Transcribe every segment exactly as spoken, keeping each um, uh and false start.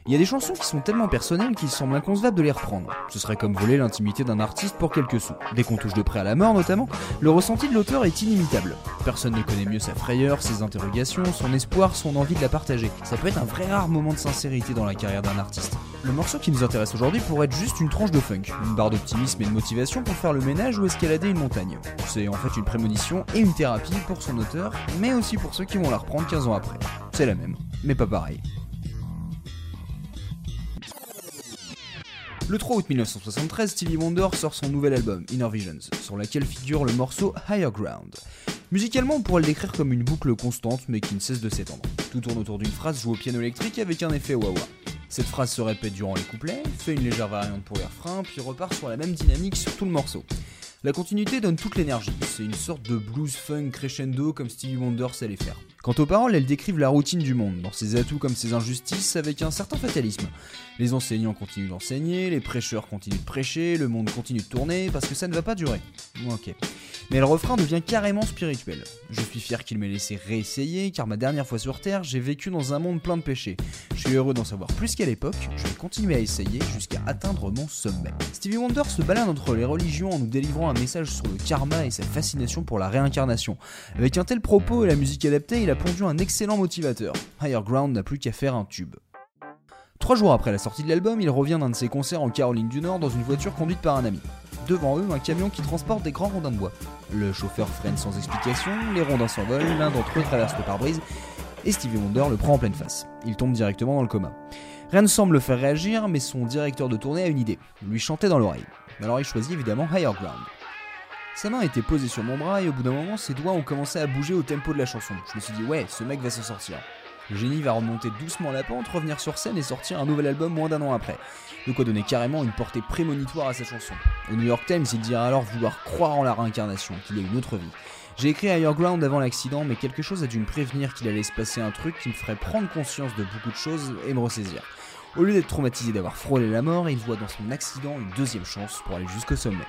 Il y a des chansons qui sont tellement personnelles qu'il semble inconcevable de les reprendre. Ce serait comme voler l'intimité d'un artiste pour quelques sous. Dès qu'on touche de près à la mort notamment, le ressenti de l'auteur est inimitable. Personne ne connaît mieux sa frayeur, ses interrogations, son espoir, son envie de la partager. Ça peut être un vrai rare moment de sincérité dans la carrière d'un artiste. Le morceau qui nous intéresse aujourd'hui pourrait être juste une tranche de funk, une barre d'optimisme et de motivation pour faire le ménage ou escalader une montagne. C'est en fait une prémonition et une thérapie pour son auteur, mais aussi pour ceux qui vont la reprendre quinze ans après. C'est la même, mais pas pareil. Le trois août mille neuf cent soixante-treize, Stevie Wonder sort son nouvel album, Inner Visions, sur lequel figure le morceau Higher Ground. Musicalement, on pourrait le décrire comme une boucle constante, mais qui ne cesse de s'étendre. Tout tourne autour d'une phrase jouée au piano électrique avec un effet wah-wah. Cette phrase se répète durant les couplets, fait une légère variante pour les refrains, puis repart sur la même dynamique sur tout le morceau. La continuité donne toute l'énergie, c'est une sorte de blues funk crescendo comme Stevie Wonder sait les faire. Quant aux paroles, elles décrivent la routine du monde, dans ses atouts comme ses injustices, avec un certain fatalisme. Les enseignants continuent d'enseigner, les prêcheurs continuent de prêcher, le monde continue de tourner, parce que ça ne va pas durer. Ok. Mais le refrain devient carrément spirituel. Je suis fier qu'il m'ait laissé réessayer, car ma dernière fois sur Terre, j'ai vécu dans un monde plein de péchés. Je suis heureux d'en savoir plus qu'à l'époque, je vais continuer à essayer jusqu'à atteindre mon sommet. Stevie Wonder se balade entre les religions en nous délivrant un message sur le karma et sa fascination pour la réincarnation. Avec un tel propos et la musique adaptée, il a pondu un excellent motivateur. Higher Ground n'a plus qu'à faire un tube. Trois jours après la sortie de l'album, il revient d'un de ses concerts en Caroline du Nord dans une voiture conduite par un ami. Devant eux, un camion qui transporte des grands rondins de bois. Le chauffeur freine sans explication, les rondins s'envolent, l'un d'entre eux traverse le pare-brise, et Stevie Wonder le prend en pleine face. Il tombe directement dans le coma. Rien ne semble le faire réagir, mais son directeur de tournée a une idée, lui chanter dans l'oreille. Alors il choisit évidemment Higher Ground. Sa main était posée sur mon bras et au bout d'un moment, ses doigts ont commencé à bouger au tempo de la chanson. Je me suis dit, ouais, ce mec va s'en sortir. Le génie va remonter doucement la pente, revenir sur scène et sortir un nouvel album moins d'un an après. De quoi donner carrément une portée prémonitoire à sa chanson. Au New York Times, il dira alors vouloir croire en la réincarnation, qu'il y a une autre vie. J'ai écrit Higher Ground avant l'accident, mais quelque chose a dû me prévenir qu'il allait se passer un truc qui me ferait prendre conscience de beaucoup de choses et me ressaisir. Au lieu d'être traumatisé d'avoir frôlé la mort, il voit dans son accident une deuxième chance pour aller jusqu'au sommet.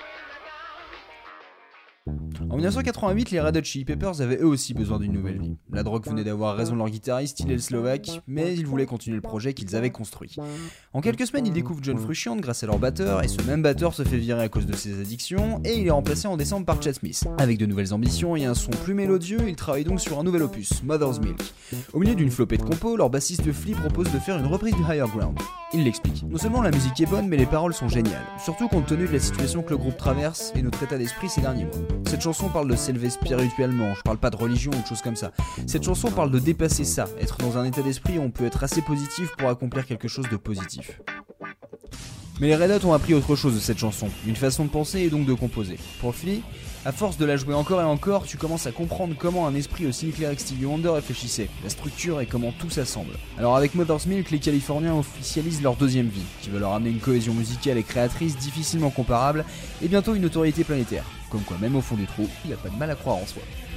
En dix-neuf cent quatre-vingt-huit, les Red Hot Chili Peppers avaient eux aussi besoin d'une nouvelle vie. La drogue venait d'avoir raison de leur guitariste, Hillel Slovak, mais ils voulaient continuer le projet qu'ils avaient construit. En quelques semaines, ils découvrent John Frusciante grâce à leur batteur, et ce même batteur se fait virer à cause de ses addictions, et il est remplacé en décembre par Chad Smith. Avec de nouvelles ambitions et un son plus mélodieux, ils travaillent donc sur un nouvel opus, Mother's Milk. Au milieu d'une flopée de compos, leur bassiste Flea propose de faire une reprise de Higher Ground. Il l'explique. Non seulement la musique est bonne, mais les paroles sont géniales, surtout compte tenu de la situation que le groupe traverse et notre état d'esprit ces derniers mois. Cette chanson parle de s'élever spirituellement, je parle pas de religion ou de choses comme ça. Cette chanson parle de dépasser ça, être dans un état d'esprit où on peut être assez positif pour accomplir quelque chose de positif. Mais les Red Hot ont appris autre chose de cette chanson, une façon de penser et donc de composer. Pour Flea, à force de la jouer encore et encore, tu commences à comprendre comment un esprit aussi éclairé que Stevie Wonder réfléchissait, la structure et comment tout s'assemble. Alors avec Mother's Milk, les Californiens officialisent leur deuxième vie, qui va leur amener une cohésion musicale et créatrice difficilement comparable, et bientôt une notoriété planétaire. Comme quoi, même au fond du trou, il a pas de mal à croire en soi.